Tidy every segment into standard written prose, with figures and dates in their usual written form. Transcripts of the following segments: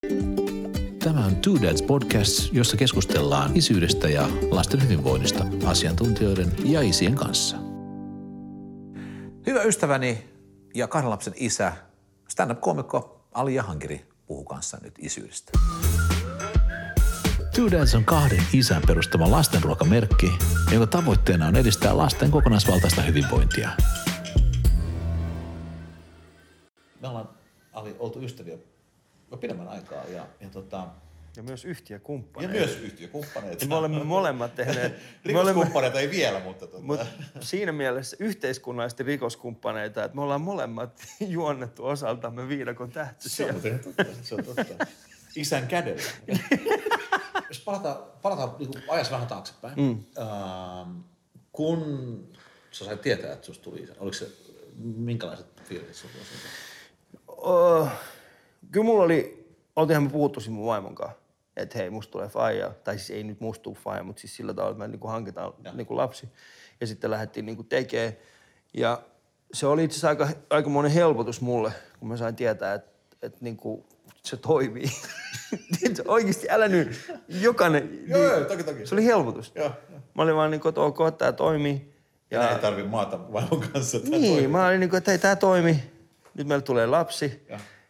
Tämä on Two Dads Podcast, jossa keskustellaan isyydestä ja lasten hyvinvoinnista asiantuntijoiden ja isien kanssa. Hyvä ystäväni ja kahden lapsen isä, stand-up-koomikko Ali Jahangiri puhuu kanssa nyt isyydestä. Two Dads on kahden isän perustama lastenruokamerkki, jonka tavoitteena on edistää lasten kokonaisvaltaista hyvinvointia. Me ollaan, Ali, oltu ystäviä jo pidemmän aikaa ja myös yhtiökumppaneita. Me olemme molemmat tehneet. Rikoskumppaneita ei vielä, mutta siinä mielessä yhteiskunnallisesti rikoskumppaneita, että me ollaan molemmat juonnettu osaltamme viidakon tähtösiä. Se on totta. Isän kädellä. Jos palataan niin ajassa vähän taaksepäin. Kun sä sait tietää, että susta tuli isä, oliko se, minkälaiset fiilit sinulla oli? Kyllä mulla oltiinhan me puhuttu siinä mun vaimon kanssa, että hei, musta tulee faija. Tai siis ei nyt musta tule faija, mutta siis sillä tavalla, että me niinku hankitaan niinku lapsi. Ja sitten lähdettiin niinku tekemään. Ja se oli itse asiassa aikamoinen helpotus mulle, kun mä sain tietää, että niinku se toimii. Oikeesti, älä nyt, jokainen. Joo, toki. Se oli helpotus. Joo. Mä olin vaan niinku, että ok, tää toimii. Ja ei tarvi maata vaimon kanssa. Niin, mä olin niinku, että hei, tää toimii. Nyt meillä tulee lapsi.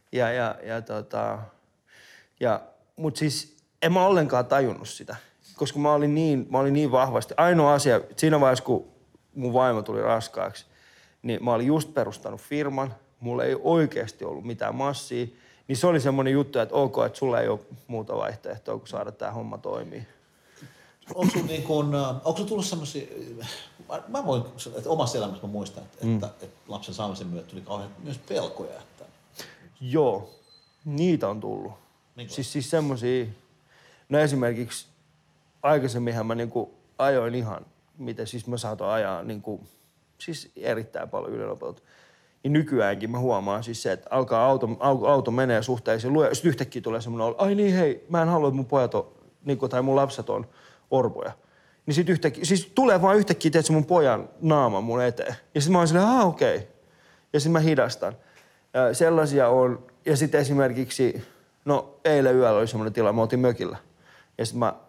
Mut siis en mä ollenkaan tajunnut sitä, koska mä olin niin vahvasti. Ainoa asia, siinä vaiheessa kun mun vaimo tuli raskaaksi, niin mä olin just perustanut firman, mulla ei oikeasti ollut mitään massia, niin se oli semmoinen juttu, että ok, että sulla ei ole muuta vaihtoehtoa, kun saada tää homma toimii. Onko sulla tullut semmosia, mä voin, että omassa elämässä mä muistan, että lapsen saamisen myötä tuli kauhean myös pelkoja. Että... Joo, niitä on tullut. Siis semmosia, no esimerkiksi aikaisemminhan mä niinku ajoin ihan, miten siis mä saatoin ajaa niinku, siis erittäin paljon ylinopeutta. Ja nykyäänkin mä huomaan siis se, että alkaa auto menee suhteisiin luo, ja sitten yhtäkkiä tulee semmoinen, ai niin hei, mä en halua, että mun pojat on, niinku, tai mun lapset on orpoja. Niin sit yhtäkkiä, siis tulee vaan yhtäkkiä, teet se mun pojan naama mun eteen. Ja sit mä oon silleen, okei. Ja sit mä hidastan. Ja sellaisia on, ja sit esimerkiksi, no eilen yöllä oli semmoinen tila, mä oltiin mökillä. Ja sit mä,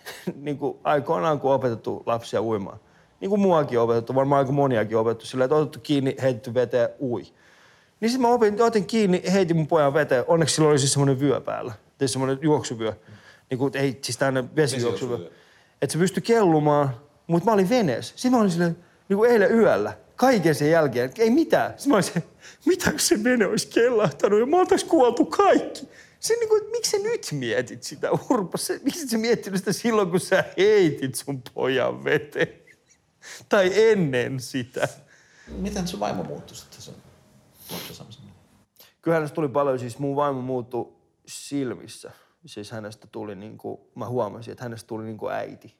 niinku aikoinaan kun opetettu lapsia uimaan, niin kuin muakin opetettu, varmaan aika moniakin opetettu, silleen, että otettu kiinni, heitetty veteen, ui. Niin sit mä otin kiinni, heitin mun pojan veteen, onneksi silloin oli siis semmoinen vyö päällä, siis semmoinen juoksuvyö. Niinku, ei siis tämmönen vesijuoksuvyö. Että se pystyi kellumaan, mutta mä olin veneessä. Sitten mä olin silleen, niinku eilen yöllä, kaiken sen jälkeen, ei mitään. Sitten mä olin silleen, mitä jos se vene olisi kellahtanut ja me oltais kuoltu kaikki. Se niinku, että miksi sä nyt mietit sitä, Urpo? Miksi sä miettinyt sitä silloin, kun sä heitit sun pojan veteen? Tai ennen sitä. Miten sun vaimo muuttui sitten sen lapsen saamisen? Kyllähän se tuli paljon, siis mun vaimo muuttui silmissä. Siis hänestä tuli niinku, mä huomasin, että hänestä tuli niinku äiti.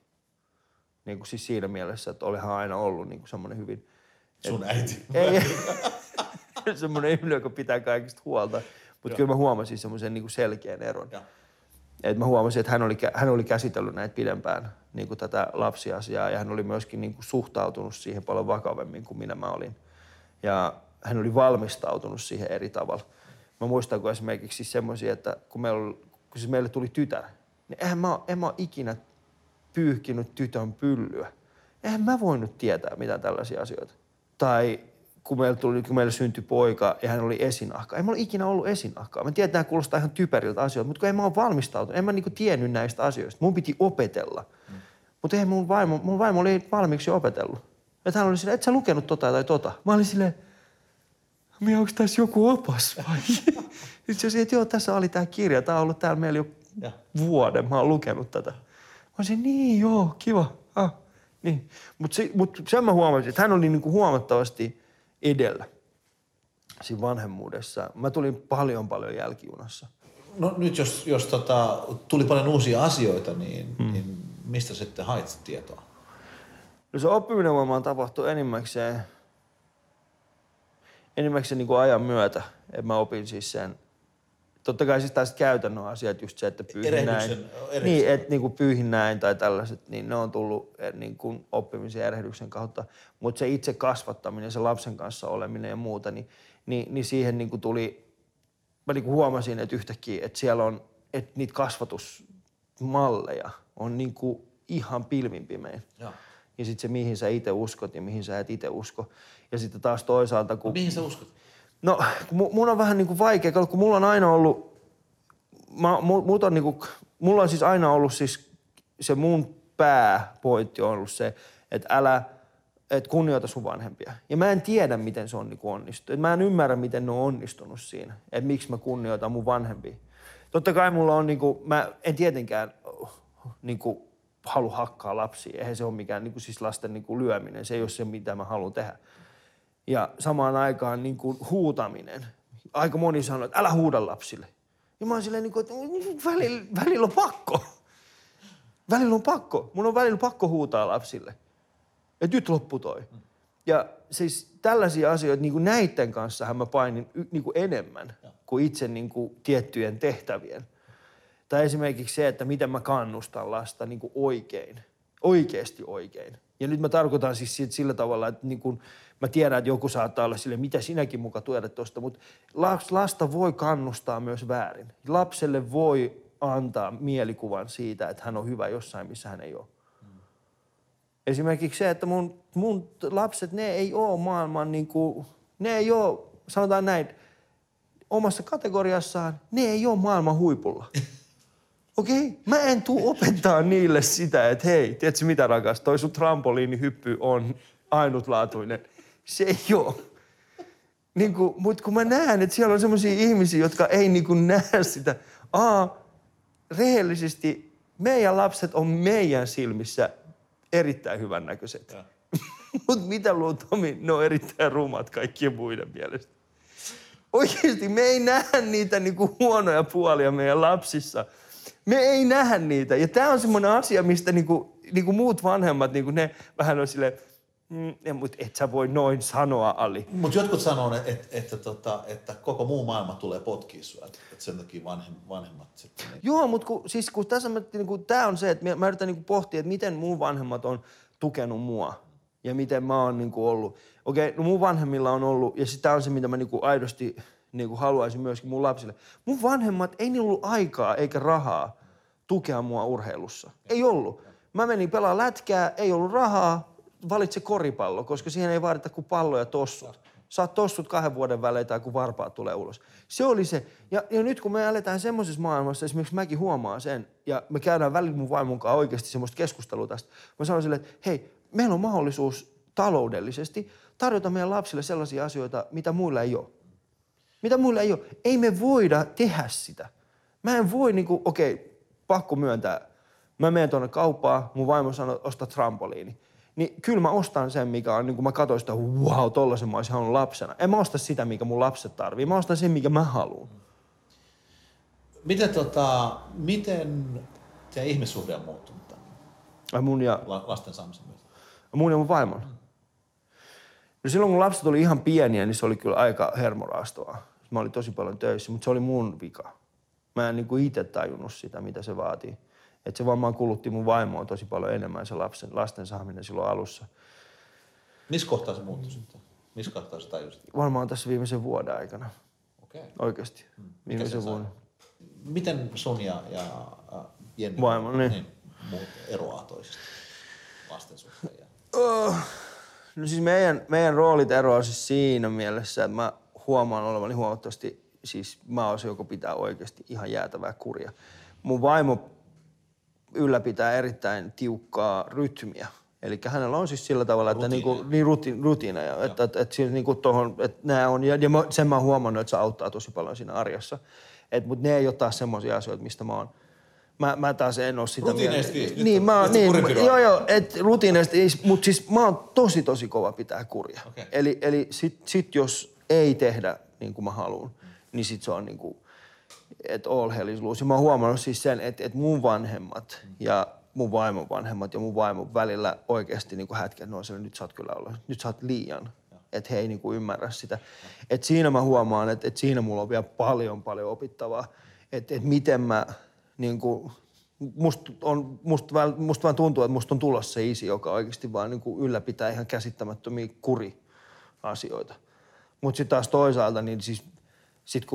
Niinku siis siinä mielessä, että olihan aina ollut niinku semmoinen hyvin... Sun äiti? Ei, semmoinen ihminen, joka pitää kaikista huolta. Mutta kyllä mä huomasin semmoisen niinku selkeän eron. Et mä huomasin, että hän oli käsitellyt näitä pidempään, niinku tätä lapsiasiaa, ja hän oli myöskin niinku suhtautunut siihen paljon vakavemmin kuin mä olin. Ja hän oli valmistautunut siihen eri tavalla. Mä muistan, kun esimerkiksi siis semmoisia, että kun meille tuli tytär, niin en mä ole ikinä pyyhkinyt tytön pyllyä. Eihän mä voinut tietää mitään tällaisia asioita. Tai kun meille syntyi poika ja hän oli esinahka. Ei mulla ikinä ollut esinahkaa. Mä tiedän, että nämä kuulostaa ihan typeriltä asioita, mutta kun en mä ole valmistautunut, en mä niinku tiennyt näistä asioista. Mun piti opetella. Mutta ei mun vaimo oli valmiiksi opetellut. Että hän oli silleen, et sä lukenut tota tai tota. Mä olin silleen, onko tässä joku opas vai? Sitten se että joo, tässä oli tää kirja. Tää on ollut täällä meillä jo vuoden. Mä oon lukenut tätä. Mä olisin, niin joo, kiva. Niin. Mut sen mä huomasin, että hän oli niinku huomattavasti edellä siinä vanhemmuudessa. Mä tulin paljon jälkijunassa. No nyt jos tuli paljon uusia asioita, niin mistä sitten hait tietoa? No se oppiminen varmaan tapahtui enimmäkseen niin kuin ajan myötä. Et mä opin siis sen. Totta kai siis tästä käytännön asiat, just se, että pyyhin näin. Niin, että niin kuin pyyhin näin tai tällaiset, niin ne on tullut niin kuin oppimisen ja erehdyksen kautta. Mutta se itse kasvattaminen, se lapsen kanssa oleminen ja muuta, niin siihen niin kuin tuli mä niinku huomasin, että yhtäkkiä, että siellä on, että niitä kasvatusmalleja on niinku ihan pilvinpimein. Ja sitten se, mihin sä itse uskot ja mihin sä et itse usko. Ja sitten taas toisaalta, kun... Mihin sä uskot? No, mun on vähän niinku vaikea, kun mulla on aina ollut... Mulla on siis aina ollut siis se mun pääpointti on ollut se, että kunnioita sun vanhempia. Ja mä en tiedä, miten se on niinku onnistunut. Mä en ymmärrä, miten ne on onnistunut siinä, että miksi mä kunnioitan mun vanhempia. Totta kai mulla on niinku, mä en tietenkään niinku halua hakkaa lapsia. Eihän se ole mikään niinku siis lasten niinku lyöminen. Se ei ole se, mitä mä haluan tehdä. Ja samaan aikaan niinku huutaminen. Aika moni sanoo, että älä huuda lapsille. Ja mä oon silleen niinku, että välillä on pakko. Välillä on pakko. Mun on välillä pakko huutaa lapsille. Että nyt loppu toi. Ja siis tällaisia asioita, niin kuin näiden kanssahan mä painin niin kuin enemmän kuin itse niin kuin tiettyjen tehtävien. Tai esimerkiksi se, että miten mä kannustan lasta niin kuin oikein. Oikeasti oikein. Ja nyt mä tarkoitan siis sillä tavalla, että niin kuin mä tiedän, että joku saattaa olla silleen, mitä sinäkin muka tuoda tuosta, mutta lasta voi kannustaa myös väärin. Lapselle voi antaa mielikuvan siitä, että hän on hyvä jossain, missä hän ei ole. Esimerkiksi se, että mun lapset, ne ei ole maailman niinku, ne ei ole, sanotaan näin, omassa kategoriassaan, ne ei ole maailman huipulla. Okei? Mä en tuu opettaa niille sitä, että hei, tiedätkö mitä rakas, toi sun trampoliinihyppy on ainutlaatuinen. Se ei ole. Niinku, mutta kun mä näen, että siellä on semmoisia ihmisiä, jotka ei niinku näe sitä. Rehellisesti meidän lapset on meidän silmissä erittäin hyvännäköiset. Mutta mitä luo Tomi, ne on erittäin rumat kaikkien muiden mielestä. Oikeasti me ei nähdä niitä niinku huonoja puolia meidän lapsissa. Me ei nähdä niitä. Ja tää on semmoinen asia, mistä niinku muut vanhemmat, niinku ne vähän on silleen, mutta et sä voi noin sanoa, Ali. Mutta jotkut sanoo, että koko muu maailma tulee potkii sua, että sen takia vanhemmat sitten... Joo, mutta kun tässä niinku, tää on se, että mä yritän niinku pohtia, että miten mun vanhemmat on tukenut mua ja miten mä oon niinku ollut. Okei, no mun vanhemmilla on ollut, ja sitä on se, mitä mä niinku aidosti niinku haluaisin myöskin mun lapsille. Mun vanhemmat, ei niillä ollut aikaa eikä rahaa tukea mua urheilussa. Ei ollut. Mä menin pelaa lätkää, ei ollut rahaa. Valitse koripallo, koska siihen ei vaadita kuin pallo ja tossut. Saat tossut 2 vuoden välein tai kun varpaat tulee ulos. Se oli se. Ja nyt kun me eletään semmoisessa maailmassa, esimerkiksi mäkin huomaan sen, ja me käydään välillä mun vaimon kanssa oikeasti semmoista keskustelua tästä. Mä sanon silleen, että hei, meillä on mahdollisuus taloudellisesti tarjota meidän lapsille sellaisia asioita, mitä muilla ei ole. Mitä muilla ei ole. Ei me voida tehdä sitä. Mä en voi pakko myöntää. Mä menen tuonne kauppaan, mun vaimo sanoo, osta trampoliini. Niin kyllä mä ostan sen, mikä on, niin kun mä katsoin sitä, wow, tollasen mä olisin halunnut lapsena. En mä osta sitä, mikä mun lapset tarvii. Mä ostan sen, mikä mä haluun. Miten teidän ihmissuhde on muuttunut tämän lasten saamisen myötä? Mun ja mun vaimon. No silloin kun lapset oli ihan pieniä, niin se oli kyllä aika hermoraastavaa. Mä olin tosi paljon töissä, mutta se oli mun vika. Mä en niin kuin itse tajunnut sitä, mitä se vaatii. Että se varmaan kulutti mun vaimoa tosi paljon enemmän se lasten saaminen silloin alussa. Missä kohtaa se muuttui sitten? Missä kohtaa se tajusit? Varmaan tässä viimeisen vuoden aikana. Okei. Oikeasti. Viimeisen vuoden. Miten sun ja Jenni vaimo, niin muut eroaa toisista lasten suhteen? No siis meidän roolit eroaa siis siinä mielessä, että mä huomaan olevani huomattavasti, siis mä oon se, joka pitää oikeasti ihan jäätävää kuria. Mun vaimo ylläpitää erittäin tiukkaa rytmiä. Eli hänellä on siis sillä tavalla, että rutiineja. Että siis niinku tohon, että nää on, ja sen mä oon huomannut, että se auttaa tosi paljon siinä arjessa. Mutta ne ei ole taas semmoisia asioita, mistä mä oon. Mä taas en oo sitä rutiineista mieltä. Joo, että rutiineista, mutta siis mä oon tosi kova pitää kuria. Okay. Eli sit jos ei tehdä niin kuin mä haluun, niin sit se on niinku, että all hell is loose. Ja mä oon huomannut siis sen, että mun vanhemmat ja mun vaimon vanhemmat ja mun vaimon välillä oikeasti niinku hätken nousee, nyt sä oot liian. Että he ei niinku ymmärrä sitä. Että siinä mä huomaan, että siinä mulla on vielä paljon opittavaa. Että miten mä niinku, musta vaan tuntuu, että musta on tulossa se isi, joka oikeasti vaan niinku ylläpitää ihan käsittämättömiä kuriasioita. Mutta sitten taas toisaalta, niin siis sit kun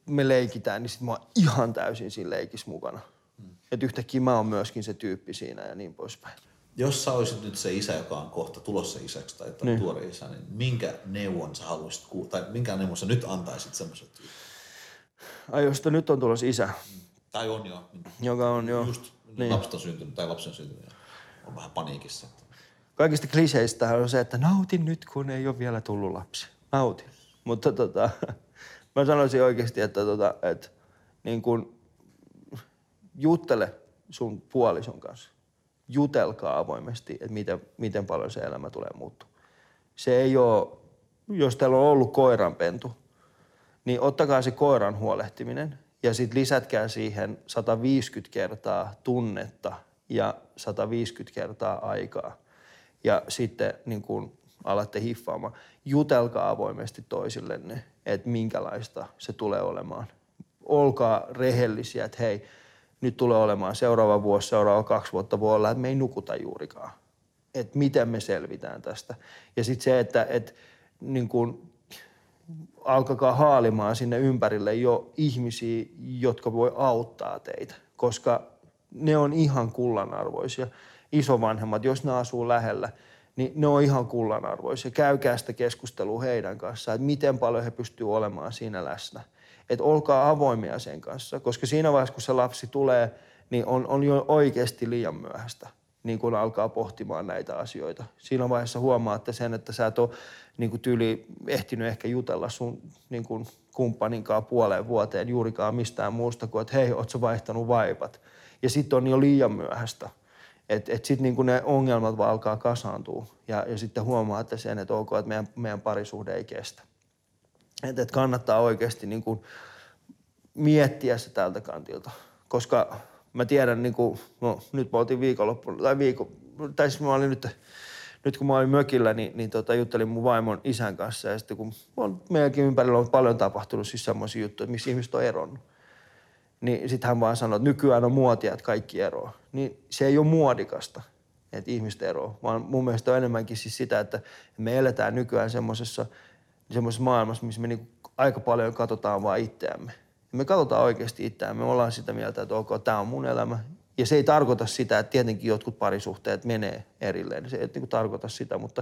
me leikitään, niin sit mä oon ihan täysin siinä leikissä mukana. Että yhtäkkiä mä oon myöskin se tyyppi siinä ja niin poispäin. Jos sä olisit nyt se isä, joka on kohta tulossa isäksi tai tuore isä, niin minkä neuvon sä haluaisit tai minkä neuvon sä nyt antaisit semmoiselle tyypille? Ai josta nyt on tulossa isä. Tai on jo. Joka on jo. Just niin. Lapset on syntynyt tai lapsi on syntynyt. On vähän paniikissa. Kaikista kliseistä on se, että nautin nyt, kun ei ole vielä tullut lapsi. Nautin. Mutta mä sanoisin oikeasti, että niin kun juttele sun puolison kanssa. Jutelkaa avoimesti, että miten paljon se elämä tulee muuttua. Se ei ole, jos teillä on ollut koiranpentu, niin ottakaa se koiran huolehtiminen ja sitten lisätkää siihen 150 kertaa tunnetta ja 150 kertaa aikaa. Ja sitten niin kun alatte hiffaamaan, jutelkaa avoimesti toisillenne, että minkälaista se tulee olemaan. Olkaa rehellisiä, että hei, nyt tulee olemaan seuraava vuosi, seuraava 2 vuotta voi olla, että me ei nukuta juurikaan. Että miten me selvitään tästä. Ja sitten se, että niin kun alkakaa haalimaan sinne ympärille jo ihmisiä, jotka voi auttaa teitä, koska ne on ihan kullanarvoisia. Isovanhemmat, jos ne asuu lähellä, niin ne on ihan kullanarvoisia. Käykää sitä keskustelua heidän kanssaan, että miten paljon he pystyvät olemaan siinä läsnä. Että olkaa avoimia sen kanssa, koska siinä vaiheessa, kun se lapsi tulee, niin on jo oikeasti liian myöhäistä, niin kun alkaa pohtimaan näitä asioita. Siinä vaiheessa huomaatte sen, että sä et ole niin kuin tyyli ehtinyt ehkä jutella sun niin kuin kumppaninkaan puoleen vuoteen juurikaan mistään muusta kuin, että hei, oot sä vaihtanut vaipat. Ja sitten on jo liian myöhäistä. Että sitten niin kuin ne ongelmat vaan alkaa kasaantua ja sitten huomaatte sen, että ok, että meidän parisuhde ei kestä. Että kannattaa oikeasti niin kuin miettiä se tältä kantilta, koska mä tiedän, niin kuin, no nyt me oltiin tai siis mä olin nyt kun mä olin mökillä, niin juttelin mun vaimon isän kanssa ja sitten kun meidänkin ympärillä on paljon tapahtunut siis semmoisia juttuja, että miksi ihmiset on eronnut. Niin sit hän vaan sanoi, että nykyään on muotia, että kaikki eroaa. Niin se ei ole muodikasta, että ihmiset eroaa, vaan mun mielestä on enemmänkin siis sitä, että me eletään nykyään semmoisessa maailmassa, missä me niinku aika paljon katsotaan vaan itseämme. Me katsotaan oikeasti itseämme, me ollaan sitä mieltä, että ok, tää on mun elämä. Ja se ei tarkoita sitä, että tietenkin jotkut parisuhteet menee erilleen. Se ei niinku tarkoita sitä, mutta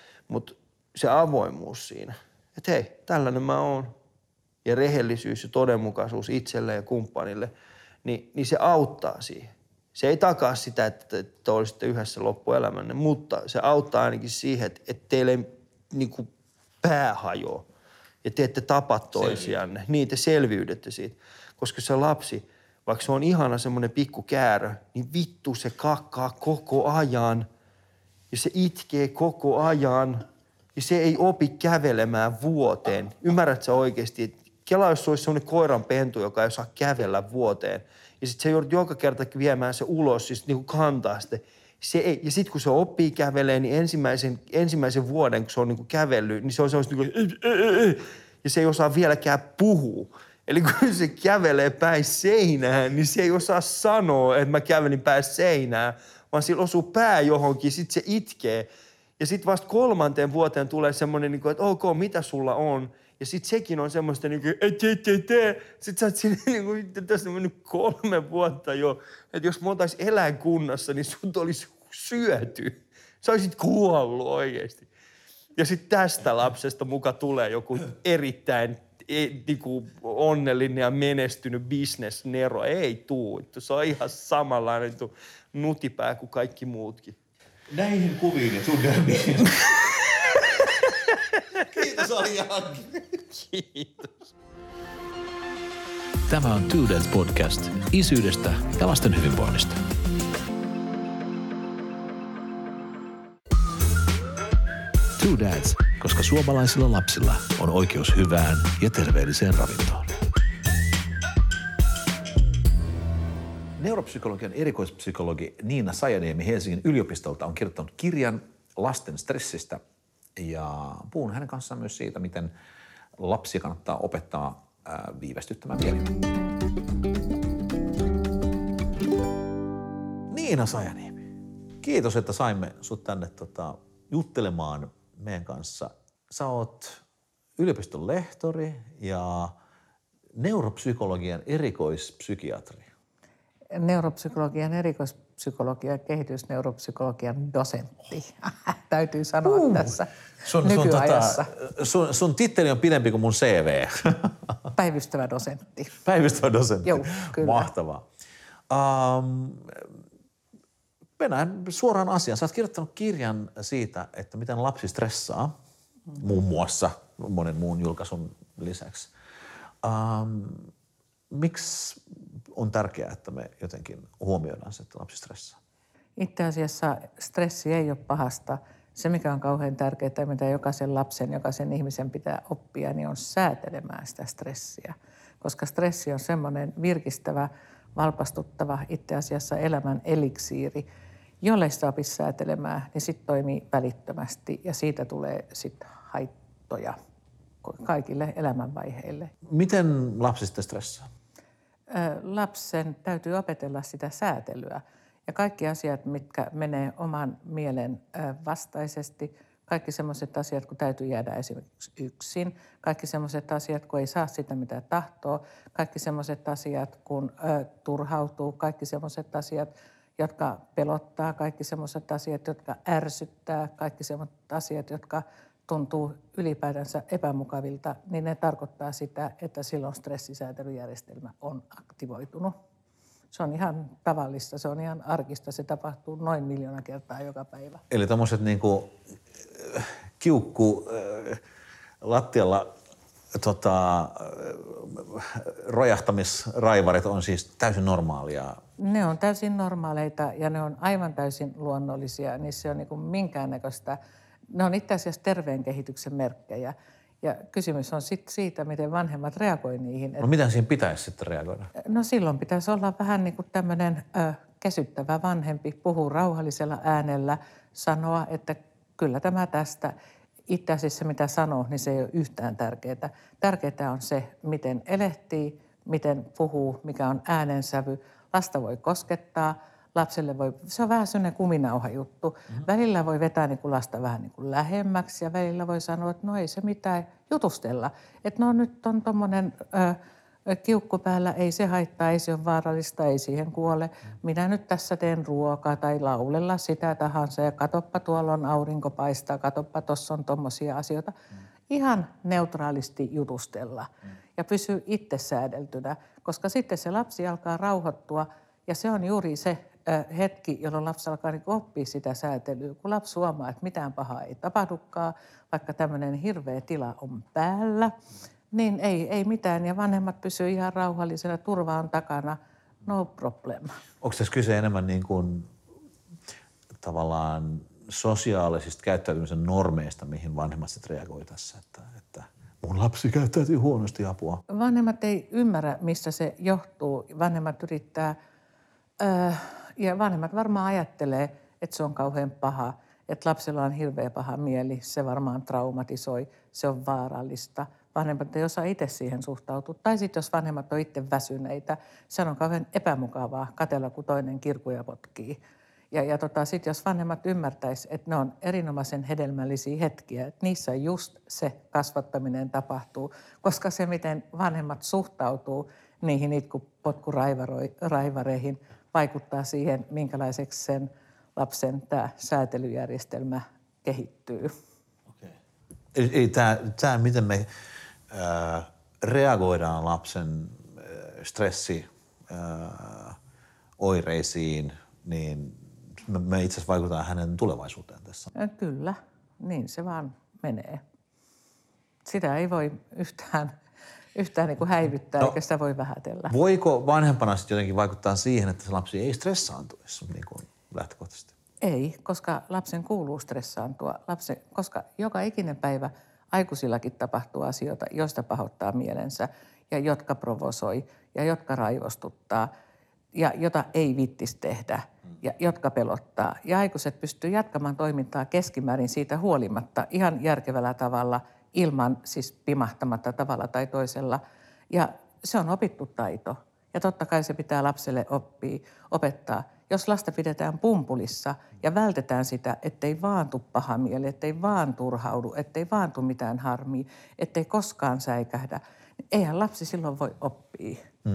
se avoimuus siinä, että hei, tällainen mä oon. Ja rehellisyys ja todenmukaisuus itselle ja kumppanille, niin se auttaa siihen. Se ei takaa sitä, että olisitte yhdessä loppuelämänne, mutta se auttaa ainakin siihen, että teille ei niinku pää hajoaa ja te ette tapa toisianne. Niin te selviydytte siitä, koska se lapsi, vaikka se on ihana semmoinen pikku käärö, niin vittu se kakkaa koko ajan ja se itkee koko ajan ja se ei opi kävelemään vuoteen. Ymmärrätkö sä oikeasti, että kela, jos se olisi semmoinen koiranpentu, joka ei osaa kävellä vuoteen ja sitten se joudut joka kerta viemään se ulos, siis niin kuin kantaa sitä. Ja sitten kun se oppii kävelemään, niin ensimmäisen vuoden, kun se on niin kuin kävellyt, niin se on semmoista niin kuin, ja se ei osaa vieläkään puhua. Eli kun se kävelee päin seinään, niin se ei osaa sanoa, että mä kävelin päin seinään, vaan sillä osuu pää johonkin, sitten se itkee. Ja sitten vasta 3. vuoteen tulee semmoinen, niin kuin, että ok, mitä sulla on? Ja sitten sekin on semmoista niin kuin, Sitten sä oot siinä niin kuin, tässä on mennyt 3 vuotta jo. Että jos me oltais eläinkunnassa, niin sut olisi syöty. Sä olisit kuollut oikeasti. Ja sitten tästä lapsesta muka tulee joku erittäin niinku onnellinen ja menestynyt bisnesnero. Ei tuu. Se on ihan samanlainen nutipää kuin kaikki muutkin. Näihin kuviin ja tunnelmiin. Kiitos Arjanki. Kiitos. Tämä on Two Dads Podcast isyydestä ja lasten hyvinvoinnista. Two Dads, koska suomalaisilla lapsilla on oikeus hyvään ja terveelliseen ravintoon. Neuropsykologian erikoispsykologi Niina Sajaniemi Helsingin yliopistolta on kirjoittanut kirjan lasten stressistä ja puhun hänen kanssaan myös siitä, miten lapsia kannattaa opettaa viivästyttämään mieliä. Niina Sajaniemi, kiitos, että saimme sut tänne juttelemaan meidän kanssa. Sä oot yliopiston lehtori ja neuropsykologian erikoispsykiatri. Neuropsykologian erikoispsykologia ja kehitysneuropsykologian dosentti. Täytyy sanoa tässä nykyajassa. Sun titteli on pidempi kuin mun CV. Päivystävä dosentti. Päivystävä dosentti. Joo, kyllä. Mahtavaa. Mennään suoraan asiaan. Sä oot kirjoittanut kirjan siitä, että miten lapsi stressaa, muun muassa monen muun julkaisun lisäksi. Miksi on tärkeää, että me jotenkin huomioidaan se, että lapsi stressaa? Itse asiassa stressi ei ole pahasta. Se, mikä on kauhean tärkeää ja mitä jokaisen lapsen, jokaisen ihmisen pitää oppia, niin on säätelemään sitä stressiä. Koska stressi on semmoinen virkistävä, valpastuttava, itse asiassa elämän eliksiiri. Jollei sitä opisi säätelemään, niin sitten toimii välittömästi ja siitä tulee sitten haittoja kaikille elämänvaiheille. Miten lapsi sitten stressaa? Lapsen täytyy opetella sitä säätelyä ja kaikki asiat, mitkä menee oman mielen vastaisesti, kaikki sellaiset asiat, kun täytyy jäädä esimerkiksi yksin, kaikki sellaiset asiat, kun ei saa sitä, mitä tahtoo, kaikki sellaiset asiat, kun turhautuu, kaikki sellaiset asiat, jotka pelottaa, kaikki sellaiset asiat, jotka ärsyttää, kaikki sellaiset asiat, jotka tuntuu ylipäätänsä epämukavilta, niin ne tarkoittaa sitä, että silloin stressisäätelyjärjestelmä on aktivoitunut. Se on ihan tavallista, se on ihan arkista, se tapahtuu noin 1 miljoona kertaa joka päivä. Eli tommoset niinku kiukku lattialla rojahtamisraivarit on siis täysin normaalia? Ne on täysin normaaleita ja ne on aivan täysin luonnollisia. Niissä ei ole niinku minkäännäköistä. Ne on itse asiassa terveen kehityksen merkkejä. Ja kysymys on sitten siitä, miten vanhemmat reagoivat niihin. No miten siinä pitäisi sitten reagoida? No silloin pitäisi olla vähän niin kuin tämmöinen käsyttävä vanhempi, puhuu rauhallisella äänellä, sanoa, että kyllä tämä tästä. Itse asiassa mitä sanoo, niin se ei ole yhtään tärkeää. Tärkeää on se, miten elehtii, miten puhuu, mikä on äänensävy. Lasta voi koskettaa, lapselle voi, se on vähän sellainen kuminauha juttu. Välillä voi vetää niin kuin lasta vähän niin kuin lähemmäksi ja välillä voi sanoa, että no ei se mitään jutustella. Että no nyt on tommoinen kiukku päällä, ei se haittaa, ei se ole vaarallista, ei siihen kuole. Minä nyt tässä teen ruokaa tai laulella sitä tahansa ja katoppa tuolla on aurinko paistaa, katoppa tuossa on tommosia asioita. Ihan neutraalisti jutustella ja pysyy itse säädeltynä, koska sitten se lapsi alkaa rauhoittua ja se on juuri se hetki, jolloin lapsi alkaa niin oppia sitä säätelyä. Kun lapsi huomaa, että mitään pahaa ei tapahdukaan, vaikka tämmöinen hirveä tila on päällä, niin ei mitään. Ja vanhemmat pysyy ihan rauhallisena, turva on takana, no problem. Onko tässä kyse enemmän niin kuin tavallaan sosiaalisista käyttäytymisen normeista, mihin vanhemmat sitten reagoi tässä, että mun lapsi käyttäytyy huonosti, apua? Vanhemmat ei ymmärrä, mistä se johtuu. Vanhemmat yrittää, ja vanhemmat varmaan ajattelee, että se on kauhean paha, että lapsella on hirveä paha mieli, se varmaan traumatisoi, se on vaarallista. Vanhemmat ei osaa itse siihen suhtautua. Tai sitten jos vanhemmat on itse väsyneitä, se on kauhean epämukavaa katsella, kun toinen kirkuja potkii. Ja sitten jos vanhemmat ymmärtäisi, että ne on erinomaisen hedelmällisiä hetkiä, että niissä just se kasvattaminen tapahtuu, koska se, miten vanhemmat suhtautuu niihin itkupotkuraivareihin, vaikuttaa siihen, minkälaiseksi sen lapsen tämä säätelyjärjestelmä kehittyy. Okay. Eli tämä miten me reagoidaan lapsen stressioireisiin, niin me itse asiassa vaikutaan hänen tulevaisuuteen tässä. Kyllä, niin se vaan menee. Sitä ei voi yhtään niin kuin häivyttää, eikä sitä voi vähätellä. Voiko vanhempana sitten jotenkin vaikuttaa siihen, että se lapsi ei stressaantuisi niin kuin lähtökohtaisesti? Ei, koska lapsen kuuluu stressaantua. Koska joka ikinen päivä aikuisillakin tapahtuu asioita, joista pahoittaa mielensä ja jotka provosoi ja jotka raivostuttaa ja jota ei vittisi tehdä ja jotka pelottaa. Ja aikuiset pystyy jatkamaan toimintaa keskimäärin siitä huolimatta ihan järkevällä tavalla, ilman siis pimahtamatta tavalla tai toisella. Ja se on opittu taito. Ja totta kai se pitää lapselle opettaa. Jos lasta pidetään pumpulissa ja vältetään sitä, ettei vaan tule paha mieli, ettei vaan turhaudu, ettei vaan tule mitään harmia, ettei koskaan säikähdä, eihän lapsi silloin voi oppia.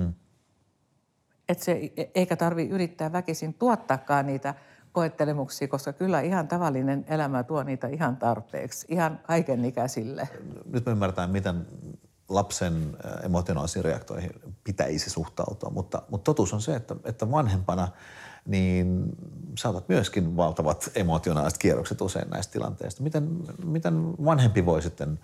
Eikä tarvitse yrittää väkisin tuottaakaan niitä koettelemuksia, koska kyllä ihan tavallinen elämä tuo niitä ihan tarpeeksi, ihan kaikenikäisille. Nyt me ymmärretään, miten lapsen emotionaalisiin reaktoihin pitäisi suhtautua, mutta totuus on se, että vanhempana niin saatat myöskin valtavat emotionaaliset kierrokset usein näistä tilanteista. Miten vanhempi voi sitten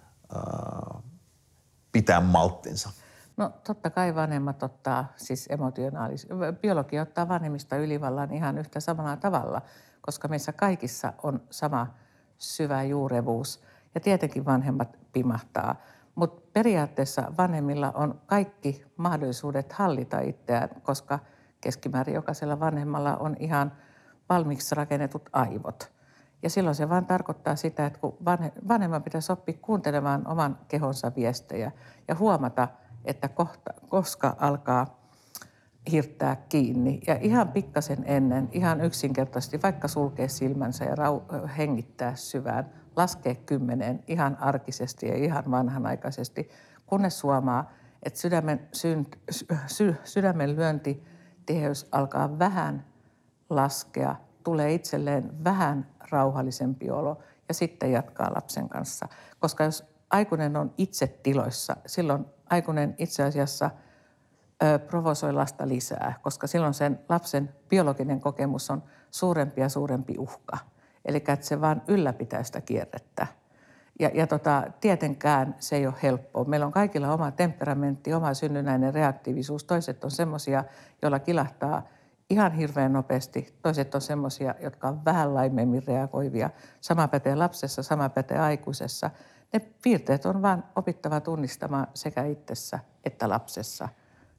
pitää malttinsa? No totta kai vanhemmat ottaa, siis biologia ottaa vanhemmista ylivallan ihan yhtä samalla tavalla, koska meissä kaikissa on sama syvä juurevuus. Ja tietenkin vanhemmat pimahtaa, mutta periaatteessa vanhemmilla on kaikki mahdollisuudet hallita itseään, koska keskimäärin jokaisella vanhemmalla on ihan valmiiksi rakennetut aivot. Ja silloin se vaan tarkoittaa sitä, että kun vanhemman pitäisi oppia kuuntelemaan oman kehonsa viestejä ja huomata, että koska alkaa hirttää kiinni. Ja ihan pikkasen ennen, ihan yksinkertaisesti, vaikka sulkee silmänsä ja hengittää syvään, laskee 10 ihan arkisesti ja ihan vanhanaikaisesti, kunnes huomaa, että sydämen lyöntitiheys alkaa vähän laskea, tulee itselleen vähän rauhallisempi olo ja sitten jatkaa lapsen kanssa. Koska jos aikuinen on itse tiloissa, silloin aikuinen itse asiassa provosoi lasta lisää, koska silloin sen lapsen biologinen kokemus on suurempi ja suurempi uhka. Eli että se vaan ylläpitää sitä kierrettä. Ja tietenkään se ei ole helppoa. Meillä on kaikilla oma temperamentti, oma synnynnäinen reaktiivisuus. Toiset on semmoisia, joilla kilahtaa ihan hirveän nopeasti. Toiset on semmoisia, jotka on vähän laimeemmin reagoivia. Sama pätee lapsessa, sama pätee aikuisessa. Ne piirteet on vaan opittava tunnistamaan sekä itsessä että lapsessa.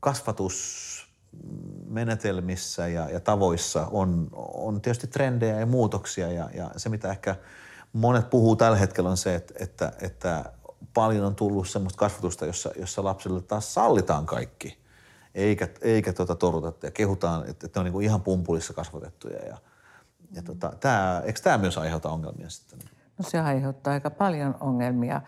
Kasvatusmenetelmissä ja tavoissa on tietysti trendejä ja muutoksia ja se, mitä ehkä monet puhuu tällä hetkellä on se, että paljon on tullut semmoista kasvatusta, jossa lapsille taas sallitaan kaikki, eikä toruteta ja kehutaan, että ne on niinku ihan pumpulissa kasvatettuja. Eikö tämä myös aiheuta ongelmia sitten? No se aiheuttaa aika paljon ongelmia.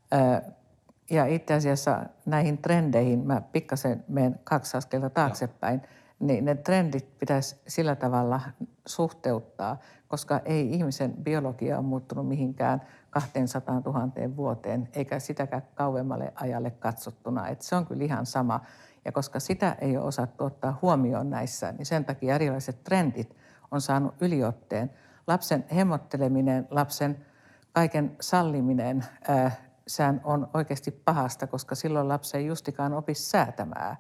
Ja itse asiassa näihin trendeihin mä pikkasen menen 2 askelta taaksepäin, niin ne trendit pitäisi sillä tavalla suhteuttaa, koska ei ihmisen biologia ole muuttunut mihinkään 200 000 vuoteen, eikä sitäkään kauemmalle ajalle katsottuna. Että se on kyllä ihan sama. Ja koska sitä ei ole osattu ottaa huomioon näissä, niin sen takia erilaiset trendit on saanut yliotteen. Lapsen hemmotteleminen, lapsen kaiken salliminen, sehän on oikeasti pahasta, koska silloin lapsi ei justikaan opi säätämään,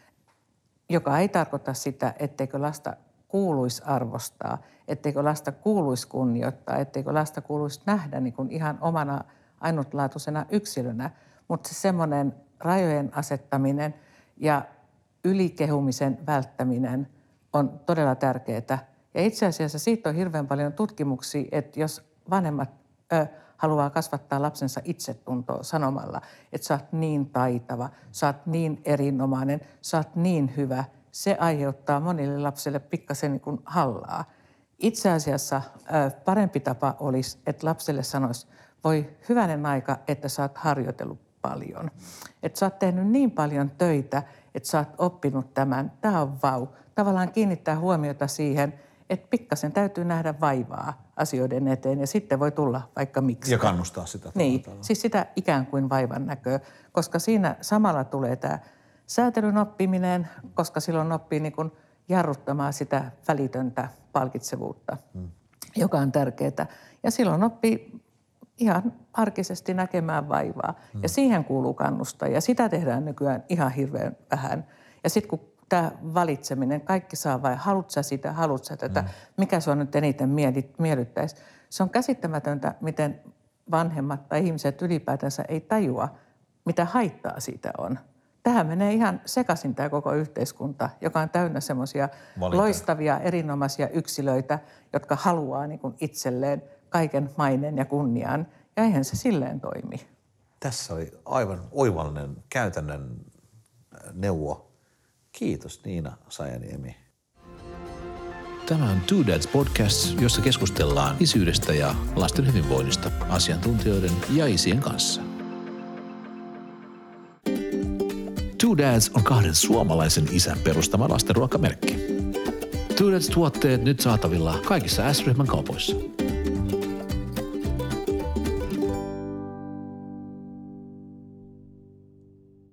joka ei tarkoita sitä, etteikö lasta kuuluisi arvostaa, etteikö lasta kuuluisi kunnioittaa, etteikö lasta kuuluisi nähdä niin kuin ihan omana ainutlaatuisena yksilönä, mutta se semmoinen rajojen asettaminen ja ylikehumisen välttäminen on todella tärkeää. Ja itse asiassa siitä on hirveän paljon tutkimuksia, että jos vanhemmat haluaa kasvattaa lapsensa itsetuntoa sanomalla, että sä oot niin taitava, sä oot niin erinomainen, sä oot niin hyvä, se aiheuttaa monille lapsille pikkasen niin kuin hallaa. Itse asiassa parempi tapa olisi, että lapselle sanoisi, voi hyvänen aika, että sä oot harjoitellut paljon. Että sä oot tehnyt niin paljon töitä, että sä oot oppinut tämän. Tämä on vau. Tavallaan kiinnittää huomiota siihen, että pikkasen täytyy nähdä vaivaa asioiden eteen ja sitten voi tulla vaikka miksi. Ja kannustaa sitä. Niin, siis sitä ikään kuin vaivan näköä, koska siinä samalla tulee tämä säätelyn oppiminen, koska silloin oppii niin kuin jarruttamaan sitä välitöntä palkitsevuutta, joka on tärkeää. Ja silloin oppii ihan arkisesti näkemään vaivaa ja siihen kuuluu kannustaa ja sitä tehdään nykyään ihan hirveän vähän. Ja sitten kun tämä valitseminen, kaikki saa vai haluat sä sitä, haluat sä tätä, mikä sua nyt eniten miellyttäisi. Se on käsittämätöntä, miten vanhemmat tai ihmiset ylipäätänsä ei tajua, mitä haittaa siitä on. Tähän menee ihan sekaisin tämä koko yhteiskunta, joka on täynnä semmoisia loistavia, erinomaisia yksilöitä, jotka haluaa niin kuin itselleen kaiken maineen ja kunnian. Ja eihän se silleen toimi. Tässä oli aivan oivallinen käytännön neuvo. Kiitos Niina Sajaniemi. Tämä on Two Dads Podcast, jossa keskustellaan isyydestä ja lasten hyvinvoinnista asiantuntijoiden ja isien kanssa. Two Dads on 2 suomalaisen isän perustama lastenruokamerkki. Two Dads-tuotteet nyt saatavilla kaikissa S-ryhmän kaupoissa.